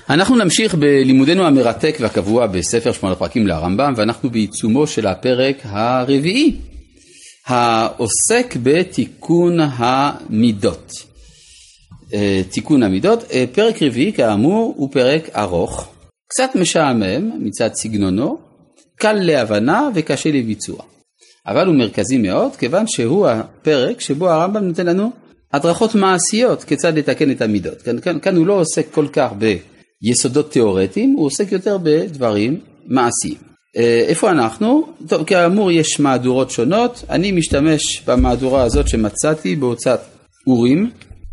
אנחנו נמשיך בלימודנו המרתק והקבוע בספר 8 פרקים לרמב"ם, ואנחנו בעיצומו של הפרק הרביעי, העוסק בתיקון המידות. תיקון המידות, פרק רביעי כאמור הוא פרק ארוך, קצת משעמם מצד סגנונו, קל להבנה וקשה לביצוע. אבל הוא מרכזי מאוד, כיוון שהוא הפרק שבו הרמב"ם נותן לנו הדרכות מעשיות כיצד לתקן את המידות. כאן הוא לא עוסק כל כך ביסודות תיאורטיים, הוא עוסק יותר בדברים מעשיים. איפה אנחנו? טוב, כאמור יש מהדורות שונות, אני משתמש במהדורה הזאת שמצאתי בהוצאת אורים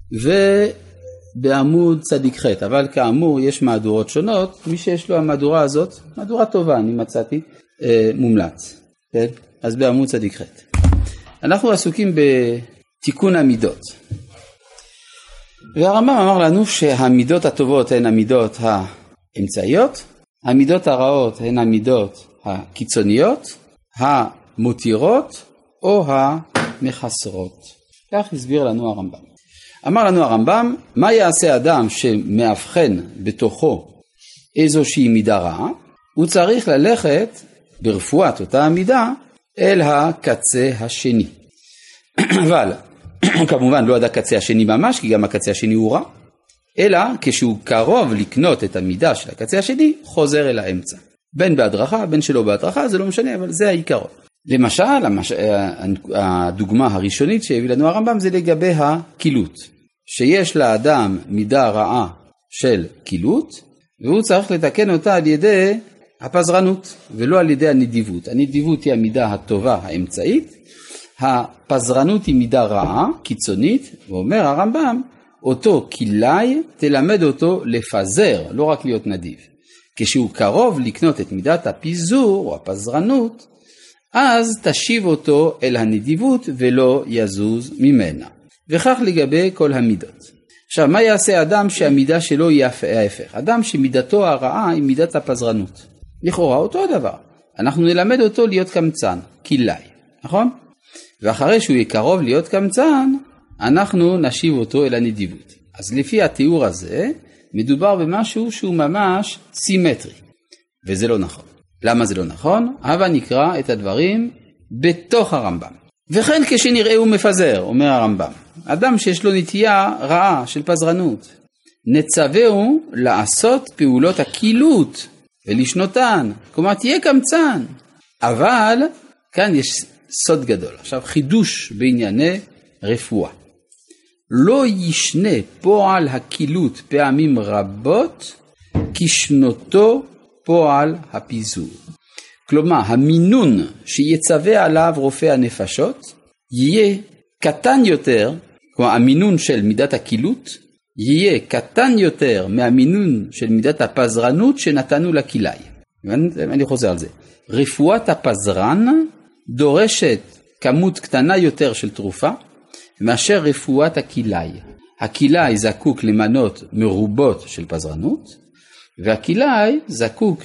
ובעמוד צדיק ח', אבל כאמור יש מהדורות שונות, מי שיש לו המהדורה הזאת, מהדורה טובה אני מצאתי, מומלץ. כן? אז בעמוד צדיק ח'. אנחנו עסוקים בתיקון המידות. והרמב"ם אמר לנו שהמידות הטובות הן המידות האמצעיות, המידות הרעות הן המידות הקיצוניות, המותירות או המחסרות. כך הסביר לנו הרמב"ם. אמר לנו הרמב"ם, מה יעשה אדם שמאבחן בתוכו איזושהי מידה רעה? הוא צריך ללכת ברפואת אותה המידה אל הקצה השני. אבל כמובן לא עד הקצה השני ממש, כי גם הקצה השני הוא רע, אלא כשהוא קרוב לקנות את המידה של הקצה השני, חוזר אל האמצע. בין בהדרכה, בין שלא בהדרכה, זה לא משנה, אבל זה העיקרון. למשל, הדוגמה הראשונית שהביא לנו הרמב"ם זה לגבי הקילות. שיש לאדם מידה רעה של קילות, והוא צריך לתקן אותה על ידי הפזרנות, ולא על ידי הנדיבות. הנדיבות היא המידה הטובה האמצעית, הפזרנות היא מידה רעה, קיצונית, ואומר הרמב"ם, אותו כלאי תלמד אותו לפזר, לא רק להיות נדיב. כשהוא קרוב לקנות את מידת הפיזור או הפזרנות, אז תשיב אותו אל הנדיבות ולא יזוז ממנה. וכך לגבי כל המידות. עכשיו, מה יעשה אדם שהמידה שלו היא ההפך? אדם שמידתו הרעה היא מידת הפזרנות. לכאורה אותו הדבר. אנחנו נלמד אותו להיות קמצן, כלאי, נכון? ואחרי שהוא יקרוב להיות קמצן, אנחנו נשיב אותו אל הנדיבות. אז לפי התיאור הזה, מדובר במשהו שהוא ממש סימטרי. וזה לא נכון. למה זה לא נכון? הבה נקרא את הדברים בתוך הרמב"ם. וכן כשנראה הוא מפזר, אומר הרמב"ם. אדם שיש לו נטייה רעה של פזרנות, נצווהו לעשות פעולות הקילות ולשנותן. כלומר, תהיה קמצן. אבל כאן יש סוד גדול. עכשיו, חידוש בענייני רפואה. לא ישנה פועל הקילות פעמים רבות, כשנותו פועל הפיזור. כלומר, המינון שיצווה עליו רופא הנפשות, יהיה קטן יותר, כלומר, המינון של מידת הקילות, יהיה קטן יותר מהמינון של מידת הפזרנות שנתנו לכלאי. אני חוזר על זה. רפואת הפזרן דורשת כמות קטנה יותר של תרופה, מאשר רפואת הכלאי. הכלאי זקוק למנות מרובות של פזרנות, והכלאי זקוק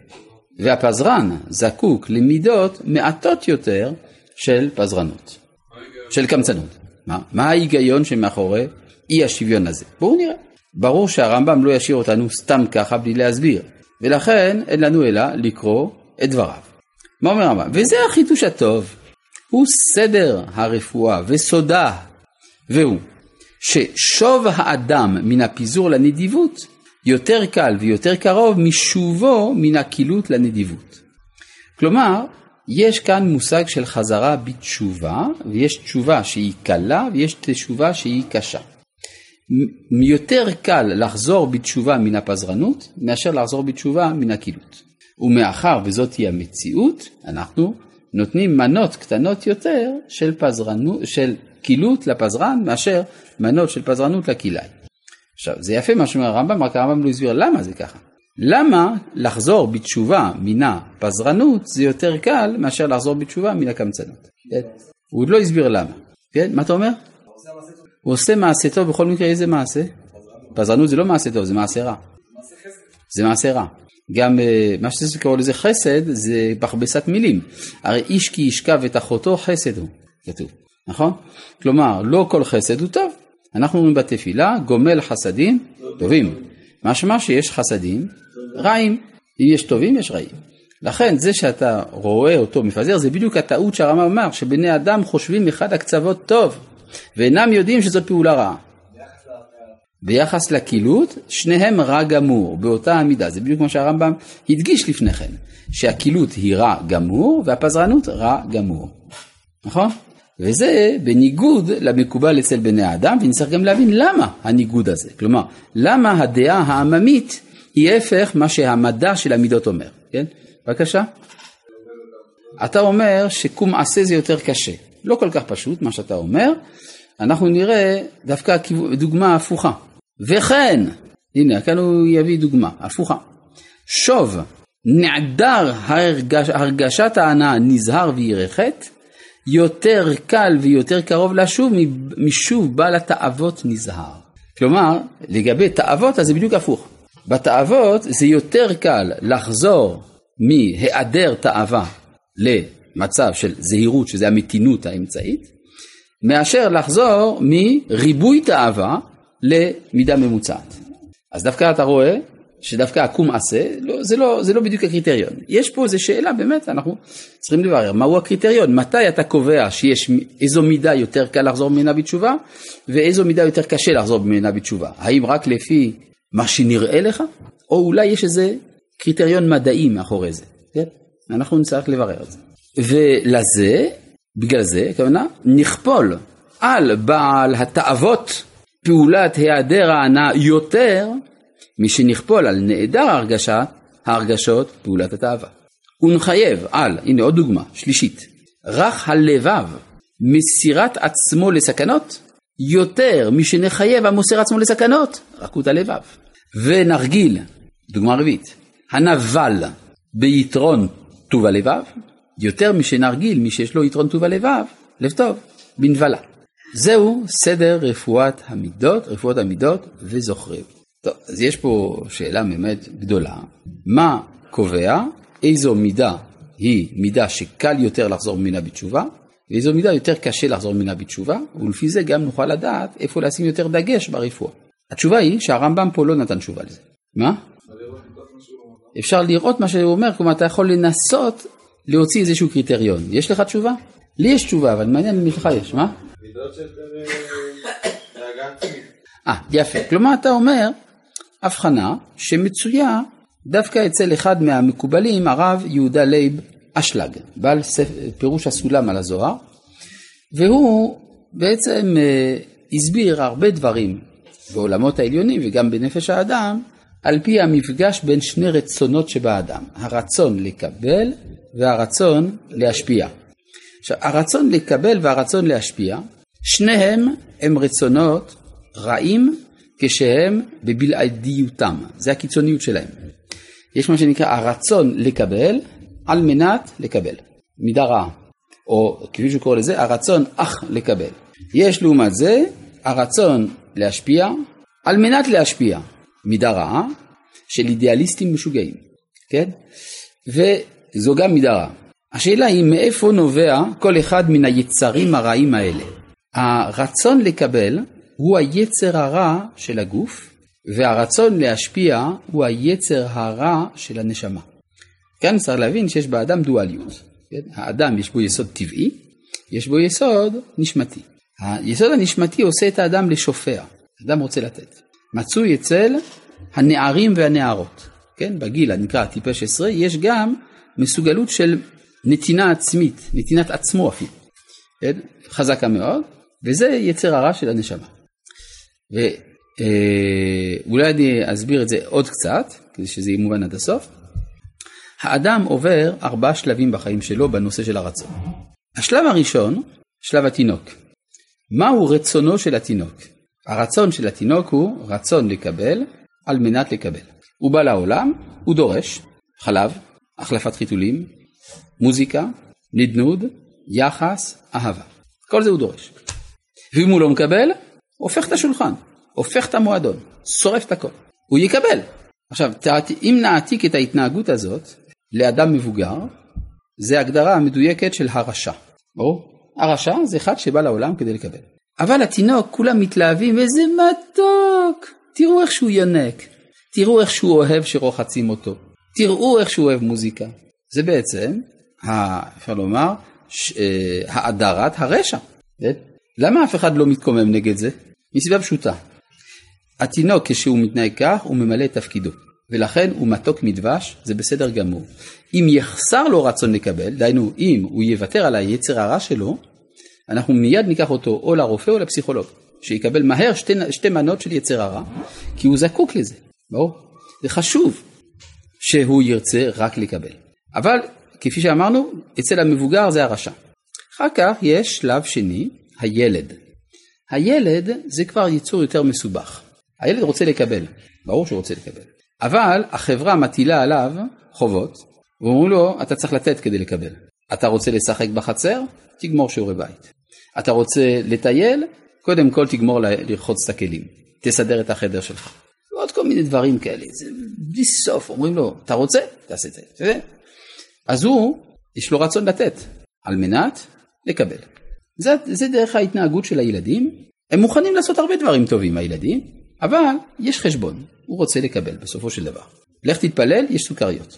והפזרן זקוק למידות מעטות יותר של פזרנות, של קמצנות. מה ההיגיון שמאחורי אי השוויון הזה? בואו נראה. ברור שהרמב"ם לא ישאיר אותנו סתם ככה בלי להסביר, ולכן אין לנו אלא לקרוא את דבריו. מה אומר הרמב"ם? וזה החידוש הטוב, הוא סדר הרפואה וסודה, והוא ששוב האדם מן הפיזור לנדיבות יותר קל ויותר קרוב משובו מן הקילות לנדיבות. כלומר, יש כאן מושג של חזרה בתשובה, ויש תשובה שהיא קלה ויש תשובה שהיא קשה. יותר קל לחזור בתשובה מן הפזרנות מאשר לחזור בתשובה מן הקילות. ומאחר וזאת היא המציאות, אנחנו נותנים מנות קטנות יותר של פזרנות, של קילות לפזרן, מאשר מנות של פזרנות לכלאי. עכשיו, זה יפה מה שאומר הרמב"ם, רק הרמב"ם לא הסביר למה זה ככה. למה לחזור בתשובה מן הפזרנות זה יותר קל מאשר לחזור בתשובה מן הקמצנות? הוא עוד לא הסביר למה. כן? מה אתה אומר? הוא עושה מעשה טוב, בכל מקרה איזה מעשה? פזרנות זה לא מעשה טוב, זה מעשה רע. זה מעשה רע. גם מה שזה קורא לזה חסד, זה בכבסת מילים. הרי איש כי ישכב את אחותו חסד הוא, כתוב. נכון? כלומר, לא כל חסד הוא טוב. אנחנו אומרים בתפילה, גומל חסדים טובים. משמע שיש חסדים רעים, אם יש טובים יש רעים. לכן זה שאתה רואה אותו מפזר זה בדיוק הטעות שהרמב"ם אמר, שבני אדם חושבים אחד הקצוות טוב ואינם יודעים שזאת פעולה רעה. ביחס לקילות שניהם רע גמור באותה המידה, זה בדיוק מה שהרמב"ם הדגיש לפני כן, שהקילות היא רע גמור והפזרנות רע גמור, נכון? וזה בניגוד למקובל אצל בני האדם, ונצטרך גם להבין למה הניגוד הזה, כלומר למה הדעה העממית היא הפך מה שהמדע של המידות אומר, כן? בבקשה. אתה אומר שקום עשה זה יותר קשה, לא כל כך פשוט מה שאתה אומר, אנחנו נראה דווקא דוגמה הפוכה. וכן, הנה, כאן הוא יביא דוגמה הפוכה. שוב, נעדר הרגשת ההנאה נזהר וירחת, יותר קל ויותר קרוב לשוב משוב בעל התאוות נזהר. כלומר, לגבי תאוות, אז זה בדיוק הפוך. בתאוות זה יותר קל לחזור מהיעדר תאווה למצב של זהירות, שזה המתינות האמצעית, מאשר לחזור מריבוי תאווה למידה ממוצעת. אז דווקא אתה רואה שדווקא הקום עשה, זה לא בדיוק הקריטריון. יש פה איזו שאלה באמת, אנחנו צריכים לברר, מהו הקריטריון? מתי אתה קובע שיש איזו מידה יותר קל לחזור ממנה בתשובה, ואיזו מידה יותר קשה לחזור ממנה בתשובה? האם רק לפי מה שנראה לך? או אולי יש איזה קריטריון מדעי מאחורי זה? כן? אנחנו נצטרך לברר את זה. ולזה, בגלל זה, כמובן, נכפול על בעל התאוות פעולת היעדר ההנאה יותר, משנכפול על נעדר ההרגשות פעולת התאווה. ונחייב על, הנה עוד דוגמה, שלישית, רך הלבב מסירת עצמו לסכנות, יותר משנחייב המוסר עצמו לסכנות, רכות הלבב. ונרגיל, דוגמה רביעית, הנבל ביתרון טוב הלבב, יותר משנרגיל מי שיש לו יתרון טוב הלבב, לב טוב, בנבלה. זהו סדר רפואת המידות וזוכריו. טוב, אז יש פה שאלה באמת גדולה. מה קובע? איזו מידה היא מידה שקל יותר לחזור ממנה בתשובה, ואיזו מידה יותר קשה לחזור ממנה בתשובה, ולפי זה גם נוכל לדעת איפה לשים יותר דגש ברפואה. התשובה היא שהרמב"ם פה לא נתן תשובה לזה. מה? אפשר לראות מה שהוא אומר, כלומר אתה יכול לנסות להוציא איזשהו קריטריון. יש לך תשובה? לי יש תשובה, אבל מעניין אם לך יש, מה? מידות שיותר להגעתי. יפה. כלומר אתה אומר, הבחנה שמצויה דווקא אצל אחד מהמקובלים, הרב יהודה לייב אשלג, בעל פירוש הסולם על הזוהר, והוא בעצם הסביר הרבה דברים בעולמות העליונים וגם בנפש האדם, על פי המפגש בין שני רצונות שבאדם, הרצון לקבל והרצון להשפיע. עכשיו, הרצון לקבל והרצון להשפיע, שניהם הם רצונות רעים כשהם בבלעדיותם, זה הקיצוניות שלהם. יש מה שנקרא הרצון לקבל על מנת לקבל, מידה רעה, או כפי שקורא לזה, הרצון אך לקבל. יש לעומת זה הרצון להשפיע על מנת להשפיע, מידה רעה של אידיאליסטים משוגעים, כן? וזו גם מידה רעה. השאלה היא מאיפה נובע כל אחד מן היצרים הרעים האלה. הרצון לקבל הוא היצר הרע של הגוף, והרצון להשפיע הוא היצר הרע של הנשמה. כאן צריך להבין שיש באדם דואליות. כן? האדם יש בו יסוד טבעי, יש בו יסוד נשמתי. היסוד הנשמתי עושה את האדם לשופע, האדם רוצה לתת. מצוי אצל הנערים והנערות. כן? בגיל הנקרא טיפש 10 יש גם מסוגלות של נתינה עצמית, נתינת עצמו אפילו. כן? חזקה מאוד, וזה יצר הרע של הנשמה. ואולי אני אסביר את זה עוד קצת, כדי שזה יהיה מובן עד הסוף. האדם עובר 4 שלבים בחיים שלו בנושא של הרצון. השלב הראשון, שלב התינוק. מהו רצונו של התינוק? הרצון של התינוק הוא רצון לקבל על מנת לקבל. הוא בא לעולם, הוא דורש חלב, החלפת חיתולים, מוזיקה, נדנוד, יחס, אהבה. כל זה הוא דורש. ואם הוא לא מקבל, הופך את השולחן, הופך את המועדון, שורף את הכל. הוא יקבל. עכשיו, אם נעתיק את ההתנהגות הזאת לאדם מבוגר, זה הגדרה המדויקת של הרשע. ברור? הרשע זה אחד שבא לעולם כדי לקבל. אבל התינוק כולם מתלהבים, וזה מתוק. תראו איך שהוא יונק. תראו איך שהוא אוהב שרוחצים אותו, תראו איך שהוא אוהב מוזיקה. זה בעצם, אפשר לומר, האדרת הרשע. למה אף אחד לא מתקומם נגד זה? מסיבה פשוטה. התינוק כשהוא מתנהג כך, הוא ממלא את תפקידו. ולכן הוא מתוק מדבש, זה בסדר גמור. אם יחסר לו רצון לקבל, דיינו, אם הוא יוותר על היצר הרע שלו, אנחנו מיד ניקח אותו או לרופא או לפסיכולוג, שיקבל מהר שתי מנות של יצר הרע, כי הוא זקוק לזה. ברור? זה חשוב שהוא ירצה רק לקבל. אבל, כפי שאמרנו, אצל המבוגר זה הרשע. אחר כך יש שלב שני, הילד. הילד זה כבר יצור יותר מסובך. הילד רוצה לקבל, ברור שהוא רוצה לקבל. אבל החברה מטילה עליו חובות, ואומרו לו, אתה צריך לתת כדי לקבל. אתה רוצה לשחק בחצר? תגמור שיעורי בית. אתה רוצה לטייל? קודם כל תגמור לרחוץ את הכלים. תסדר את החדר שלך. ועוד כל מיני דברים כאלה. זה בלי סוף. אומרים לו, אתה רוצה? תעשה את זה. אז יש לו רצון לתת, על מנת לקבל. זה דרך ההתנהגות של הילדים. הם מוכנים לעשות הרבה דברים טובים, הילדים, אבל יש חשבון. הוא רוצה לקבל בסופו של דבר. לך תתפלל, יש סוכריות.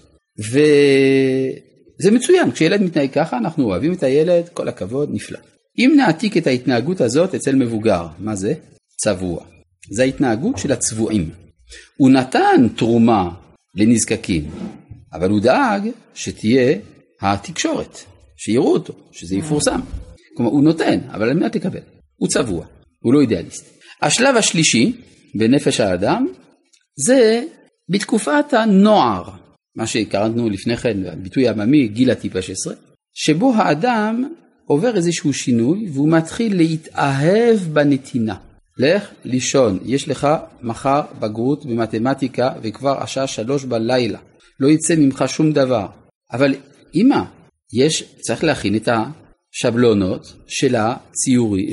וזה מצוין. כשילד מתנהג ככה, אנחנו אוהבים את הילד, כל הכבוד, נפלא. אם נעתיק את ההתנהגות הזאת אצל מבוגר, מה זה? צבוע. זה ההתנהגות של הצבועים. הוא נתן תרומה לנזקקים, אבל הוא דאג שתהיה התקשורת, שיראו אותו, שזה יפורסם. כלומר, הוא נותן, אבל על מנת לקבל. הוא צבוע, הוא לא אידיאליסט. השלב השלישי בנפש האדם, זה בתקופת הנוער, מה שקראנו לפני כן, הביטוי העממי, גיל הטיפה 16, שבו האדם עובר איזשהו שינוי, והוא מתחיל להתאהב בנתינה. לך לישון, יש לך מחר בגרות במתמטיקה, וכבר השעה 3 בלילה. לא יצא ממך שום דבר. אבל אמא, צריך להכין את השבלונות של הציורי,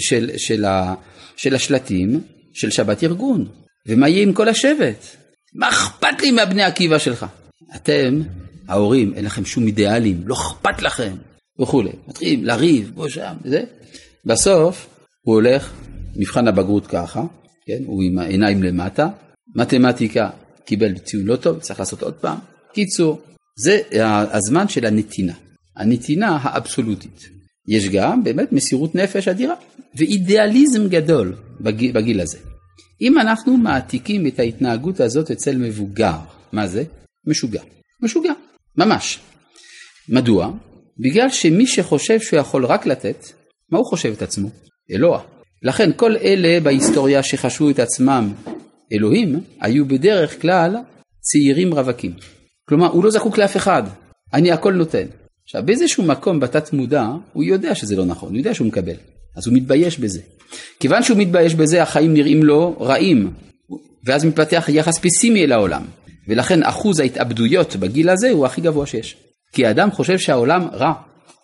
של השלטים, של שבת ארגון. ומה יהיה עם כל השבט? מה אכפת לי מהבני עקיבא שלך? אתם, ההורים, אין לכם שום אידיאלים, לא אכפת לכם, וכו'. מתחילים לריב, בוא שם, וזה. בסוף, הוא הולך, מבחן הבגרות ככה, כן? הוא עם העיניים למטה, מתמטיקה קיבל ציון לא טוב, צריך לעשות עוד פעם. קיצור, זה הזמן של הנתינה. הנתינה האבסולוטית. יש גם באמת מסירות נפש אדירה, ואידיאליזם גדול בגיל הזה. אם אנחנו מעתיקים את ההתנהגות הזאת אצל מבוגר, מה זה? משוגע. משוגע, ממש. מדוע? בגלל שמי שחושב שהוא יכול רק לתת, מה הוא חושב את עצמו? אלוה. לכן כל אלה בהיסטוריה שחשבו את עצמם אלוהים, היו בדרך כלל צעירים רווקים. כלומר, הוא לא זקוק לאף אחד. אני הכל נותן. עכשיו, באיזשהו מקום בתת מודע, הוא יודע שזה לא נכון, הוא יודע שהוא מקבל. אז הוא מתבייש בזה. כיוון שהוא מתבייש בזה, החיים נראים לו רעים. ואז מתפתח יחס פסימי אל העולם. ולכן אחוז ההתאבדויות בגיל הזה הוא הכי גבוה שיש. כי האדם חושב שהעולם רע.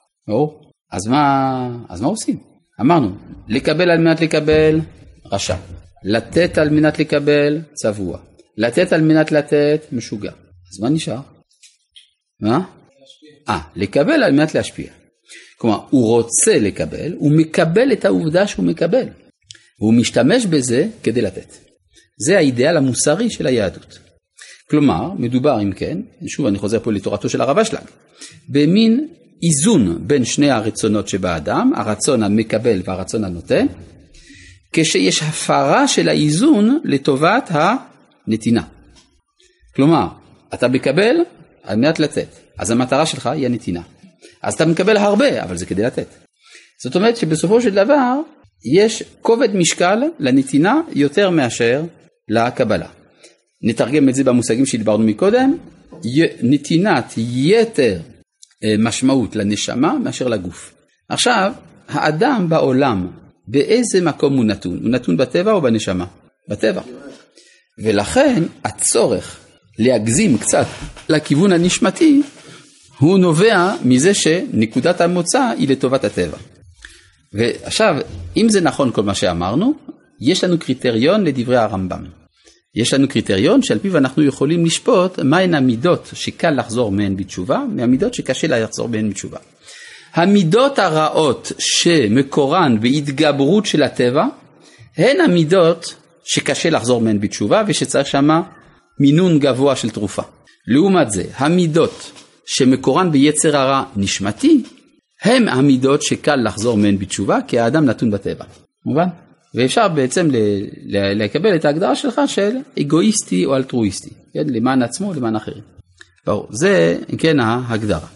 אז מה עושים? אמרנו, לקבל על מנת לקבל, רשע. לתת על מנת לקבל, צבוע. לתת על מנת לתת, משוגע. אז מה נשאר? מה? לקבל על מנת להשפיע. כלומר, הוא רוצה לקבל, הוא מקבל את העובדה שהוא מקבל. והוא משתמש בזה כדי לתת. זה האידאל המוסרי של היהדות. כלומר, מדובר אם כן, שוב אני חוזר פה לתורתו של הרב אשלג, במין איזון בין שני הרצונות שבאדם, הרצון המקבל והרצון הנותן, כשיש הפרה של האיזון לטובת הנתינה. כלומר, אתה מקבל על מנת לתת, אז המטרה שלך היא הנתינה. אז אתה מקבל הרבה, אבל זה כדי לתת. זאת אומרת שבסופו של דבר, יש כובד משקל לנתינה יותר מאשר לקבלה. נתרגם את זה במושגים שדיברנו מקודם, נתינת יתר משמעות לנשמה מאשר לגוף. עכשיו, האדם בעולם, באיזה מקום הוא נתון? הוא נתון בטבע או בנשמה? בטבע. ולכן הצורך להגזים קצת לכיוון הנשמתי, הוא נובע מזה שנקודת המוצא היא לטובת הטבע. ועכשיו, אם זה נכון כל מה שאמרנו, יש לנו קריטריון לדברי הרמב"ם. יש לנו קריטריון שעל פיו אנחנו יכולים לשפוט מהן המידות שקל לחזור מהן בתשובה, מהמידות שקשה לחזור מהן בתשובה. המידות הרעות שמקורן בהתגברות של הטבע, הן המידות שקשה לחזור מהן בתשובה ושצריך שמה מינון גבוה של תרופה. לעומת זה, המידות שמקורן ביצר הרע נשמתי, הם המידות שקל לחזור מהן בתשובה, כי האדם נתון בטבע. מובן? ואפשר בעצם לקבל את ההגדרה שלך של אגואיסטי או אלטרואיסטי, כן? למען עצמו, למען אחרים. ברור, זה כן ההגדרה.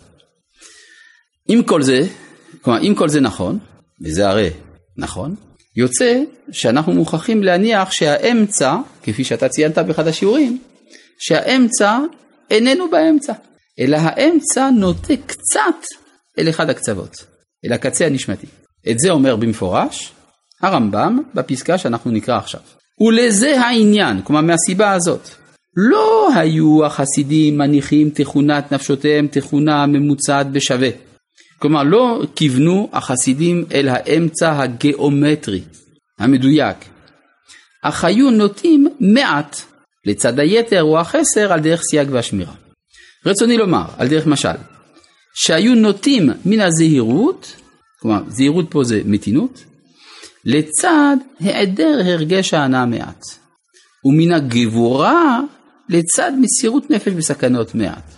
עם כל זה נכון, וזה הרי נכון, יוצא שאנחנו מוכרחים להניח שהאמצע, כפי שאתה ציינת באחד השיעורים, שהאמצע איננו באמצע, אלא האמצע נוטה קצת אל אחד הקצוות, אל הקצה הנשמתי. את זה אומר במפורש הרמב"ם בפסקה שאנחנו נקרא עכשיו. ולזה העניין, כלומר מהסיבה הזאת, לא היו החסידים מניחים תכונת נפשותיהם תכונה ממוצעת בשווה. כלומר לא כיוונו החסידים אל האמצע הגיאומטרי, המדויק. אך היו נוטים מעט לצד היתר או החסר על דרך סייג והשמירה. רצוני לומר, על דרך משל, שהיו נוטים מן הזהירות, כלומר זהירות פה זה מתינות, לצד היעדר הרגש ההנאה מעט. ומן הגבורה לצד מסירות נפש בסכנות מעט.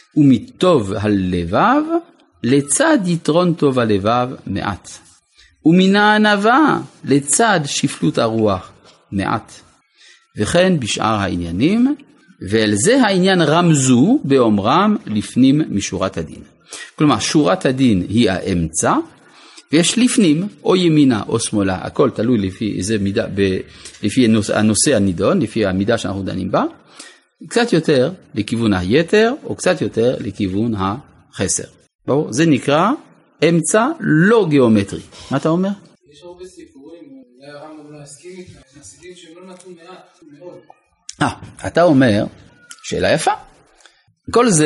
ומטוב הלבב לצד יתרון טוב הלבב מעט. ומן הענווה לצד שפלות הרוח מעט. וכן בשאר העניינים, ואל זה העניין רמזו באומרם לפנים משורת הדין. כלומר, שורת הדין היא האמצע, ויש לפנים, או ימינה או שמאלה, הכל תלוי לפי איזה מידה, לפי הנושא הנידון, לפי המידה שאנחנו דנים בה, קצת יותר לכיוון היתר, או קצת יותר לכיוון החסר. ברור? זה נקרא אמצע לא גיאומטרי. מה אתה אומר? יש הרבה סיפורים, אולי הרמב"ם לא יסכים איתם, חסידים שהם לא נתנו מעט, מאוד. אתה אומר, שאלה יפה. כל זה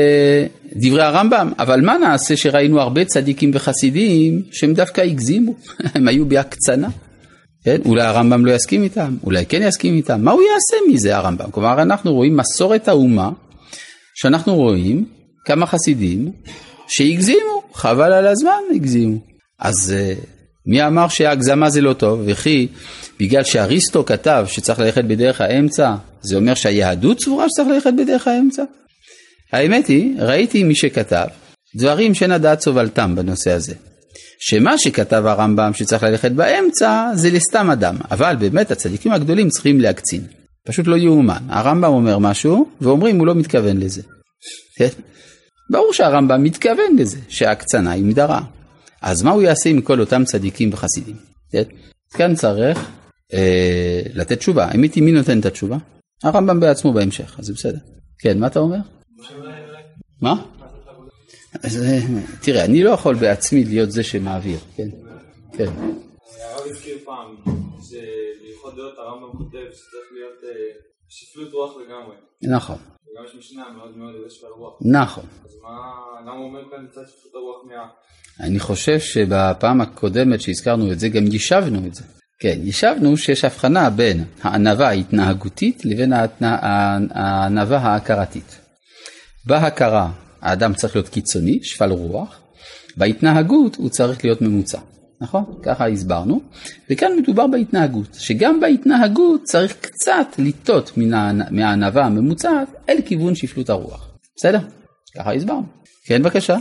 דברי הרמב"ם, אבל מה נעשה שראינו הרבה צדיקים וחסידים שהם דווקא הגזימו, הם היו בהקצנה. כן? אולי הרמב"ם לא יסכים איתם, אולי כן יסכים איתם. מה הוא יעשה מזה הרמב"ם? כלומר, אנחנו רואים מסורת האומה, שאנחנו רואים כמה חסידים שהגזימו, חבל על הזמן הגזימו. אז מי אמר שההגזמה זה לא טוב? וכי בגלל שאריסטו כתב שצריך ללכת בדרך האמצע, זה אומר שהיהדות סבורה שצריך ללכת בדרך האמצע? האמת היא, ראיתי מי שכתב דברים שאין הדעת סובלתם בנושא הזה. שמה שכתב הרמב"ם שצריך ללכת באמצע זה לסתם אדם. אבל באמת הצדיקים הגדולים צריכים להקצין. פשוט לא יאומן. הרמב"ם אומר משהו ואומרים הוא לא מתכוון לזה. ברור שהרמב"ם מתכוון לזה, שההקצנה היא מדרה. אז מה הוא יעשה עם כל אותם צדיקים וחסידים? כאן צריך לתת תשובה. האמת היא מי נותן את התשובה? הרמב"ם בעצמו בהמשך, אז זה בסדר. כן, מה אתה אומר? מה? תראה, אני לא יכול בעצמי להיות זה שמעביר, כן? כן. הרב הזכיר פעם, שבייחוד דעות הרמב"ם כותב שצריך להיות שפלות רוח לגמרי. נכון. וגם יש משנה מאוד מאוד לזה של הרוח. נכון. אז למה הוא אומר כאן לצד שפלות הרוח אני חושב שבפעם הקודמת שהזכרנו את זה, גם יישבנו את זה. כן, יישבנו שיש הבחנה בין הענווה ההתנהגותית לבין הענווה ההכרתית. בהכרה האדם צריך להיות קיצוני, שפל רוח, בהתנהגות הוא צריך להיות ממוצע. נכון? ככה הסברנו. וכאן מדובר בהתנהגות, שגם בהתנהגות צריך קצת לטות מהענווה הממוצעת אל כיוון שפלות הרוח. בסדר? ככה הסברנו. כן, בבקשה.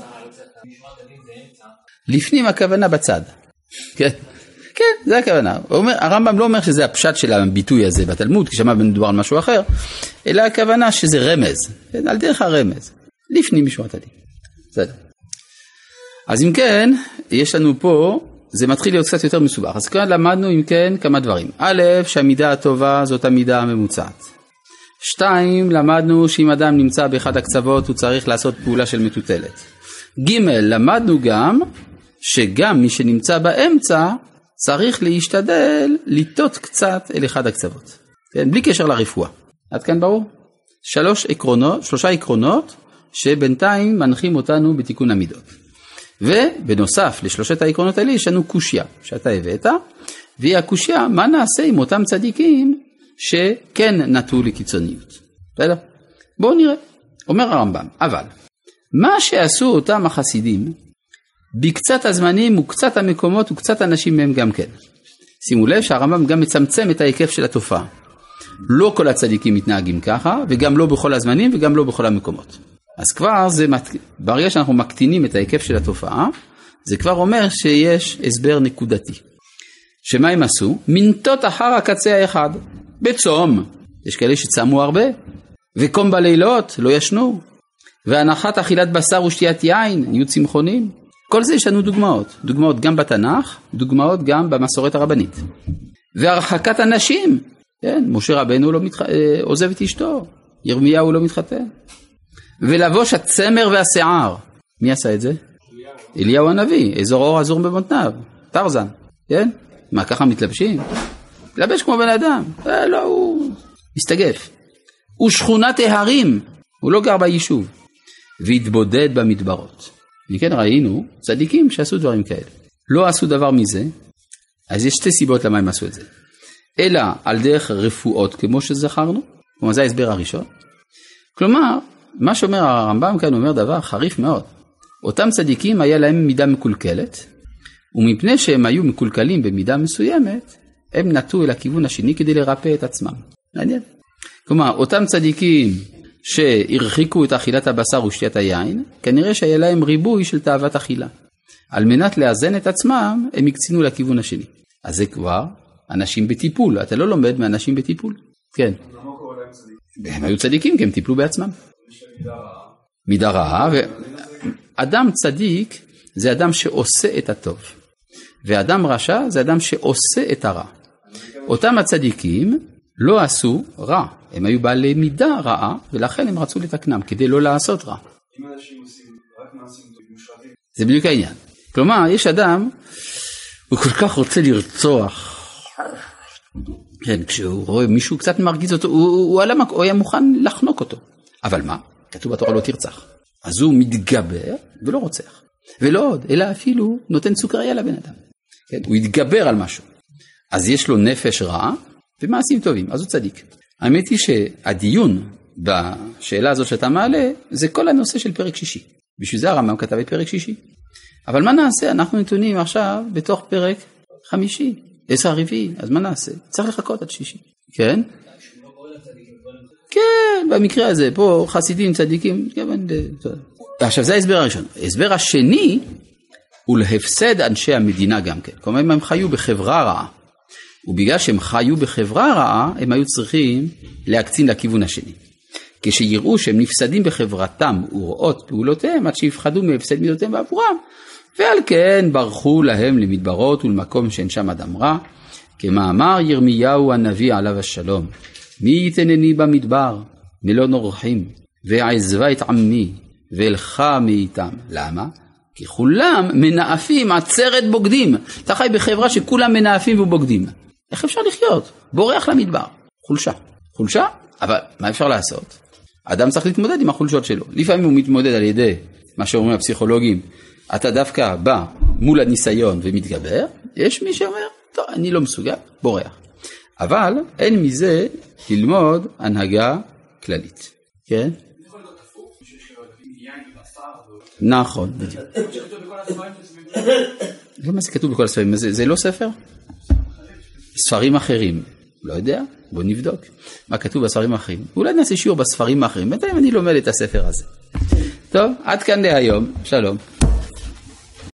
לפנים הכוונה בצד. כן. כן, זה הכוונה. הרמב"ם לא אומר שזה הפשט של הביטוי הזה בתלמוד, כי שמה מדובר על משהו אחר, אלא הכוונה שזה רמז, על דרך הרמז, לפנים משורת הדין. בסדר. אז אם כן, יש לנו פה, זה מתחיל להיות קצת יותר מסובך. אז כאן למדנו אם כן כמה דברים. א', שהמידה הטובה זאת המידה הממוצעת. 2, למדנו שאם אדם נמצא באחד הקצוות, הוא צריך לעשות פעולה של מטוטלת. ג', למדנו גם, שגם מי שנמצא באמצע, צריך להשתדל לטות קצת אל אחד הקצוות. כן? בלי קשר לרפואה. עד כאן ברור? 3 עקרונות שבינתיים מנחים אותנו בתיקון המידות. ובנוסף לשלושת העקרונות האלה יש לנו קושיה שאתה הבאת, והיא הקושיה מה נעשה עם אותם צדיקים שכן נטו לקיצוניות. בסדר? בואו נראה. אומר הרמב"ם, אבל מה שעשו אותם החסידים בקצת הזמנים וקצת המקומות וקצת אנשים מהם גם כן. שימו לב שהרמב"ם גם מצמצם את ההיקף של התופעה. לא כל הצדיקים מתנהגים ככה, וגם לא בכל הזמנים וגם לא בכל המקומות. אז כבר ברגע שאנחנו מקטינים את ההיקף של התופעה, זה כבר אומר שיש הסבר נקודתי. שמה הם עשו? מנטות אחר הקצה האחד, בצום. יש כאלה שצמו הרבה, וקום בלילות לא ישנו, והנחת אכילת בשר ושתיית יין, יהיו צמחונים. כל זה יש לנו דוגמאות גם בתנ"ך, דוגמאות גם במסורת הרבנית. והרחקת הנשים, כן, משה רבנו לא עוזב את אשתו, ירמיהו לא מתחתן. ולבוש הצמר והשיער, מי עשה את זה? אליהו הנביא, אזור אור אזור במותניו, טרזן, כן? מה, ככה מתלבשים? מתלבש כמו בן אדם, לא, הוא מסתגף. ושכונת ההרים, הוא לא גר ביישוב, והתבודד במדברות. וכן ראינו צדיקים שעשו דברים כאלה. לא עשו דבר מזה, אז יש שתי סיבות למה הם עשו את זה. אלא על דרך רפואות כמו שזכרנו, כלומר זה ההסבר הראשון. כלומר, מה שאומר הרמב"ם כאן אומר דבר חריף מאוד. אותם צדיקים היה להם מידה מקולקלת, ומפני שהם היו מקולקלים במידה מסוימת, הם נטו אל הכיוון השני כדי לרפא את עצמם. מעניין. כלומר, אותם צדיקים שהרחיקו את אכילת הבשר ושתיית היין, כנראה שהיה להם ריבוי של תאוות אכילה. על מנת לאזן את עצמם, הם הקצינו לכיוון השני. אז זה כבר אנשים בטיפול. אתה לא לומד מאנשים בטיפול. כן. למה קורא להם צדיקים? הם היו צדיקים, כי הם טיפלו בעצמם. מידה רעה. אדם צדיק זה אדם שעושה את הטוב. ואדם רשע זה אדם שעושה את הרע. אותם הצדיקים לא עשו רע. הם היו בעלי מידה רעה, ולכן הם רצו לתקנם, כדי לא לעשות רע. אם אנשים עושים רק מעשים מושחתים. זה בדיוק העניין. כלומר, יש אדם, הוא כל כך רוצה לרצוח. כן, כשהוא רואה מישהו קצת מרגיז אותו, הוא היה מוכן לחנוק אותו. אבל מה? כתוב בתורה לא תרצח. אז הוא מתגבר ולא רוצח. ולא עוד, אלא אפילו נותן סוכריה לבן אדם. כן, הוא יתגבר על משהו. אז יש לו נפש רע ומעשים טובים, אז הוא צדיק. האמת היא שהדיון בשאלה הזאת שאתה מעלה, זה כל הנושא של פרק שישי. בשביל זה הרמב"ם כתב את פרק שישי. אבל מה נעשה? אנחנו נתונים עכשיו בתוך פרק חמישי, 10 רביעי, אז מה נעשה? צריך לחכות עד שישי. כן? כן, במקרה הזה, פה חסידים צדיקים. עכשיו זה ההסבר הראשון. ההסבר השני הוא להפסד אנשי המדינה גם כן. כלומר, הם חיו בחברה רעה. ובגלל שהם חיו בחברה רעה, הם היו צריכים להקצין לכיוון השני. כשיראו שהם נפסדים בחברתם וראות פעולותיהם, עד שיפחדו מהפסד מידותיהם בעבורם, ועל כן ברחו להם למדברות ולמקום שאין שם אדם רע, כמאמר ירמיהו הנביא עליו השלום, מי יתנני במדבר, מלון אורחים, ועזבה את עמי, והלכה מאיתם. למה? כי כולם מנאפים עצרת בוגדים. אתה חי בחברה שכולם מנאפים ובוגדים. איך אפשר לחיות? בורח למדבר. חולשה, אבל מה אפשר לעשות? האדם צריך להתמודד עם החולשות שלו. לפעמים הוא מתמודד על ידי מה שאומרים הפסיכולוגים, אתה דווקא בא מול הניסיון ומתגבר, יש מי שאומר, טוב, אני לא מסוגל, בורח. אבל אין מזה ללמוד הנהגה כללית. כן? נכון, בדיוק. מה זה כתוב בכל הספרים? זה לא ספר? ספרים אחרים. לא יודע, בוא נבדוק. מה כתוב בספרים האחרים? אולי נעשה שיעור בספרים האחרים. בינתיים אני לומד את הספר הזה. טוב, עד כאן להיום. שלום.